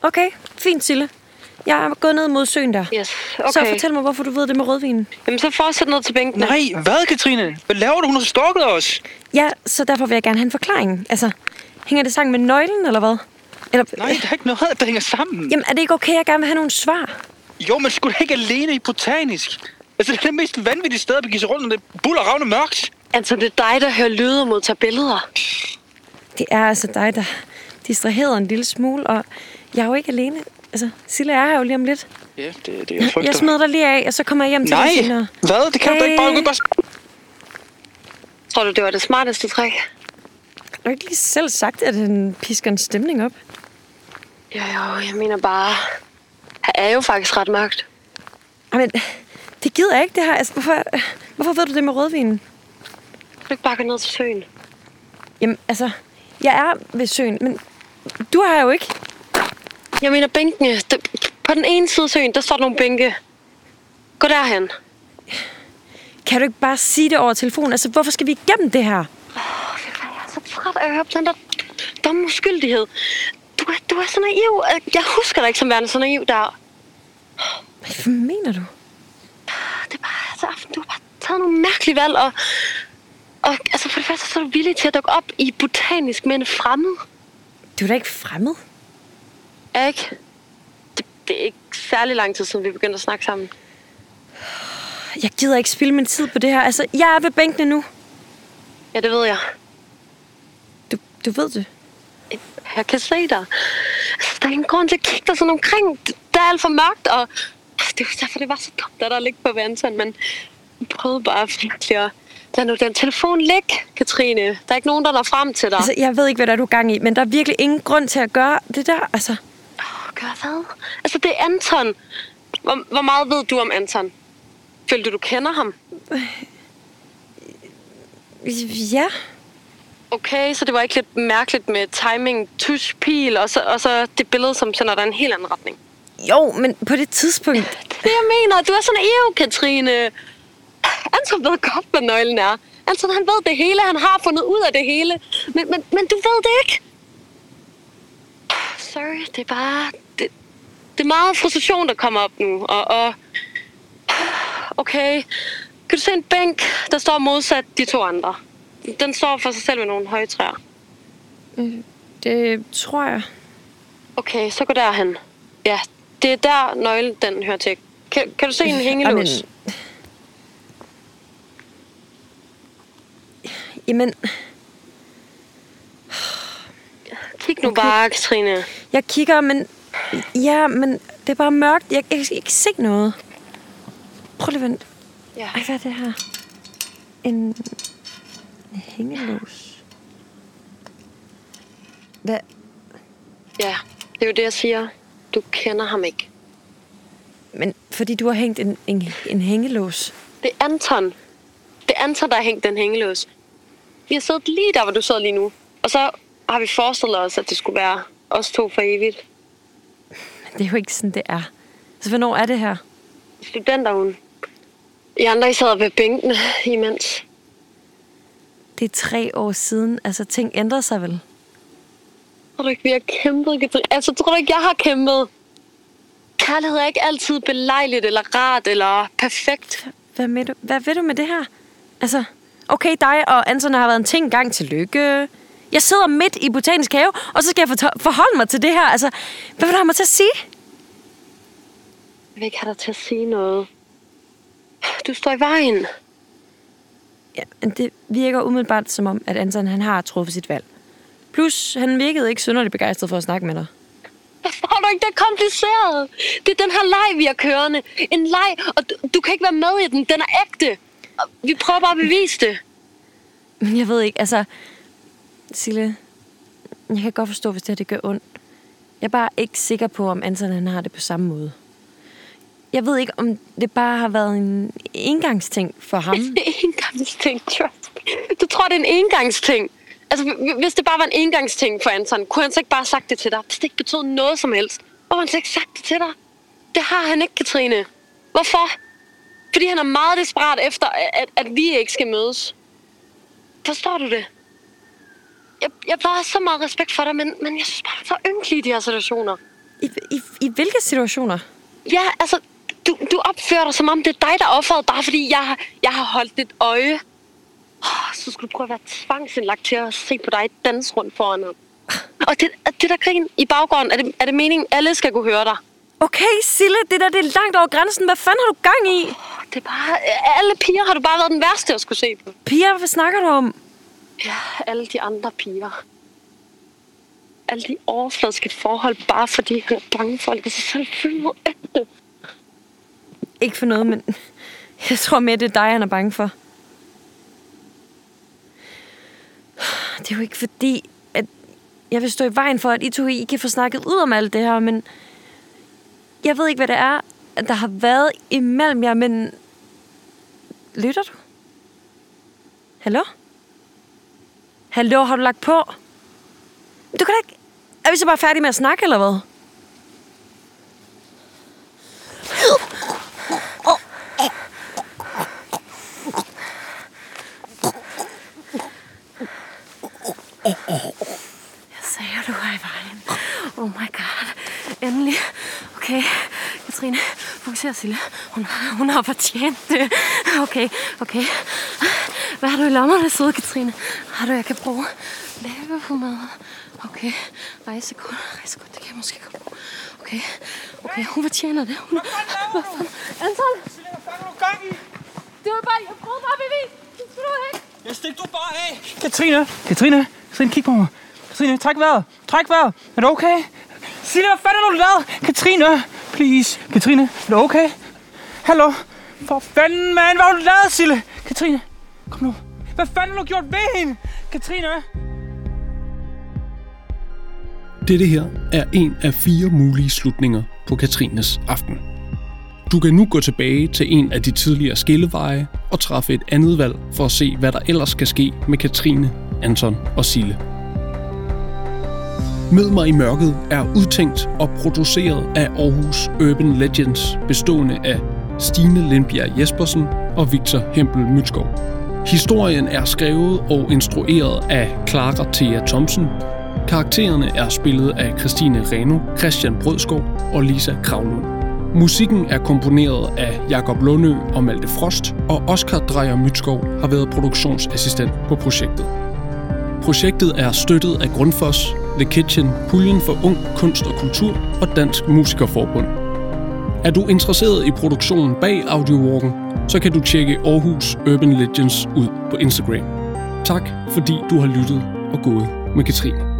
Okay, fint, Sille. Jeg er gået ned mod søen der. Yes, okay. Så fortæl mig, hvorfor du ved det med rødvinen. Jamen, så fortsæt ned til bænkene. Nej, hvad, Katrine? Hvad laver du? Hun har stalket os. Ja, så derfor vil jeg gerne have en forklaring. Altså, hænger det sammen med nøglen, eller hvad? Eller... Nej, der er ikke noget, der hænger sammen. Jamen, er det ikke okay, jeg gerne vil have nogle svar? Jo, men skulle ikke alene i botanisk? Altså, det er det mest vanvittige sted at begive sig rundt, når det buller ravne mørkt. Altså, det er dig, der hører lyde og modtager billeder. Det er altså dig, der distraherer en lille smule, og jeg er jo ikke alene. Altså, Sille er her jo lige om lidt. Ja, det jeg frygter. Jeg smider dig lige af, og så kommer jeg hjem til dig senere. Nej, hvad? Det kan du ikke bare... Tror du, det var det smarteste træk? Har du ikke lige selv sagt, at den pisker en stemning op? Jo, jeg mener bare... Her er jo faktisk ret mørkt. Men det gider jeg ikke, det her. Altså, hvorfor ved du det med rødvinen? Kan du ikke bare gå ned til søen? Jamen, altså, jeg er ved søen, men du har jo ikke. Jeg mener bænkene. På den ene side af søen, der står der nogle bænke. Gå derhen. Kan du ikke bare sige det over telefonen? Altså, hvorfor skal vi igennem det her? Jeg er så træt af at høre på den der dumme uskyldighed. Du er så naiv. Jeg husker dig ikke som værende så naiv der. Hvad mener du? Det er bare, altså, du har bare taget nogle mærkelige valg, og altså for det første, så er du villig til at dukke op i botanisk med en fremmed. Du er da ikke fremmed. Ikke? Det er ikke særlig lang tid siden, vi begyndte at snakke sammen. Jeg gider ikke spilde min tid på det her. Altså, jeg er ved bænkene nu. Ja, det ved jeg. Du ved det. Jeg kan se dig. Altså, der er ingen grund til at kigge dig sådan omkring. Der er alt for mørkt, og det er derfor, det var så dumt, der ligge på vandsand, men jeg prøvede bare virkelig at lad nu den telefon ligge, Katrine. Der er ikke nogen, der når frem til dig. Altså, jeg ved ikke, hvad der er, du er gang i, men der er virkelig ingen grund til at gøre det der, altså. Gør hvad? Altså, det er Anton. Hvor meget ved du om Anton? Følte du kender ham? Ja. Okay, så det var ikke lidt mærkeligt med timing, tusch, pil, og så det billede, som sender dig en helt anden retning? Jo, men på det tidspunkt... Det er det, jeg mener. Du er sådan naiv, Katrine. Anton ved godt, hvad nøglen er. Anton, han ved det hele. Han har fundet ud af det hele. Men du ved det ikke. Sorry, det er bare... Det er meget frustration, der kommer op nu. Og okay, kan du se en bænk, der står modsat de to andre? Den står for sig selv med nogle høje træer. Det tror jeg. Okay, så gå derhen. Ja, det er der nøglen, den hører til. Kan du se en hængelås? Jamen... Kig nu bare, Katrine. Jeg kigger, men... Ja, men det er bare mørkt. Jeg kan ikke se noget. Prøv lige at vente. Ja. Ej, hvad er det her? En hængelås. Hvad? Ja, det er jo det, jeg siger. Du kender ham ikke. Men fordi du har hængt en hængelås. Det er Anton. Det er Anton, der har hængt den hængelås. Vi har siddet lige der, hvor du sidder lige nu. Og så har vi forestillet os, at det skulle være os to for evigt. Men det er jo ikke sådan, det er. Så hvornår er det her? Studenterhuen. I andre, I sad ved bænkene imens. Det er 3 år siden. Altså, ting ændrer sig vel? Tror du ikke, vi har kæmpet, Katrine? Altså, tror du ikke, jeg har kæmpet? Kærlighed er ikke altid belejligt, eller rart, eller perfekt. Hvad ved du med det her? Altså, okay, dig og Anton har været en ting gang til lykke. Jeg sidder midt i botanisk have, og så skal jeg forholde mig til det her. Altså, hvad vil du have mig til at sige? Jeg vil ikke have dig til at sige noget. Du står i vejen. Ja, men det virker umiddelbart som om, at Anton han har truffet sit valg. Plus, han virkede ikke synderligt begejstret for at snakke med dig. Forstår du ikke, det er kompliceret. Det er den her leg, vi har kørende. En leg, og du kan ikke være med i den. Den er ægte. Vi prøver bare at bevise det. Men jeg ved ikke, altså... Sille, jeg kan godt forstå, hvis det her det gør ondt. Jeg er bare ikke sikker på, om Anton han har det på samme måde. Jeg ved ikke, om det bare har været en engangsting for ham. Det er en engangsting, trust. Du tror, det er en engangsting? Altså, hvis det bare var en engangsting for Anton, kunne han så ikke bare have sagt det til dig? Hvis det ikke betød noget som helst, hvorfor har han så ikke sagt det til dig? Det har han ikke, Katrine. Hvorfor? Fordi han er meget desperat efter, at vi ikke skal mødes. Forstår du det? Jeg plejer så meget respekt for dig, men jeg synes bare, det er så ynkeligt i de her situationer. I hvilke situationer? Ja, altså, du opfører dig, som om det er dig, der er offeret, bare fordi jeg har holdt dit øje. Så skulle du prøve at være tvangsindlagt til at se på dig danse rundt foran ham. Og det der grin i baggrunden, er det meningen, alle skal kunne høre dig? Okay, Sille, det er langt over grænsen. Hvad fanden har du gang i? Det er bare... Alle piger har du bare været den værste at skulle se på. Piger, hvad snakker du om? Ja, alle de andre piger. Alle de overfladiske forhold, bare fordi han er bange for det. Så selvfølgelig ægte. Ikke for noget, men jeg tror mere, det er dig, han er bange for. Det er jo ikke fordi, at jeg vil stå i vejen for, at I to I kan få snakket ud om alt det her, men jeg ved ikke, hvad det er, at der har været imellem jer, men lytter du? Hallo? Hallo, har du lagt på? Du kan da ikke... Er vi så bare færdige med at snakke, eller hvad? Jeg sagde, du var i vejen. Oh my god. Endelig. Okay, Katrine, fokuser, Sille. Hun har fortjent det. Okay. Hvad har du i lommerne, søde Katrine? Har du, jeg kan bruge læbepomade? Okay, rejsekort, det kan jeg måske godt bruge. Okay, hun fortjener det. Hvad fanden? Anton! Hvad fanden er du gang i? Det var bare, jeg prøvede bare at bevise. Det skulle du ikke. Jeg stik du bare af. Katrine, kig på mig. Katrine, træk vejret. Er du okay? Sille, hvad fanden har du lavet? Katrine, please. Katrine, er du okay? Hallo? For fanden, mand. Hvad har du lavet, Sille? Katrine, kom nu. Hvad fanden har du gjort ved hende? Katrine? Dette her er en af 4 mulige slutninger på Katrines aften. Du kan nu gå tilbage til en af de tidligere skilleveje og træffe et andet valg for at se, hvad der ellers skal ske med Katrine, Anton og Sille. Mød mig i mørket er udtænkt og produceret af Aarhus Urban Legends, bestående af Stine Lindbjerg Jespersen og Victor Hempel Mytskov. Historien er skrevet og instrueret af Clara Thea Thomsen. Karaktererne er spillet af Christine Reno, Christian Brødskov og Lisa Kravlund. Musikken er komponeret af Jakob Lundø og Malte Frost, og Oscar Drejer Mytskov har været produktionsassistent på projektet. Projektet er støttet af Grundfos, The Kitchen, Puljen for Ung Kunst og Kultur og Dansk Musikerforbund. Er du interesseret i produktionen bag Audiowalken, så kan du tjekke Aarhus Urban Legends ud på Instagram. Tak fordi du har lyttet og gået med Katrine.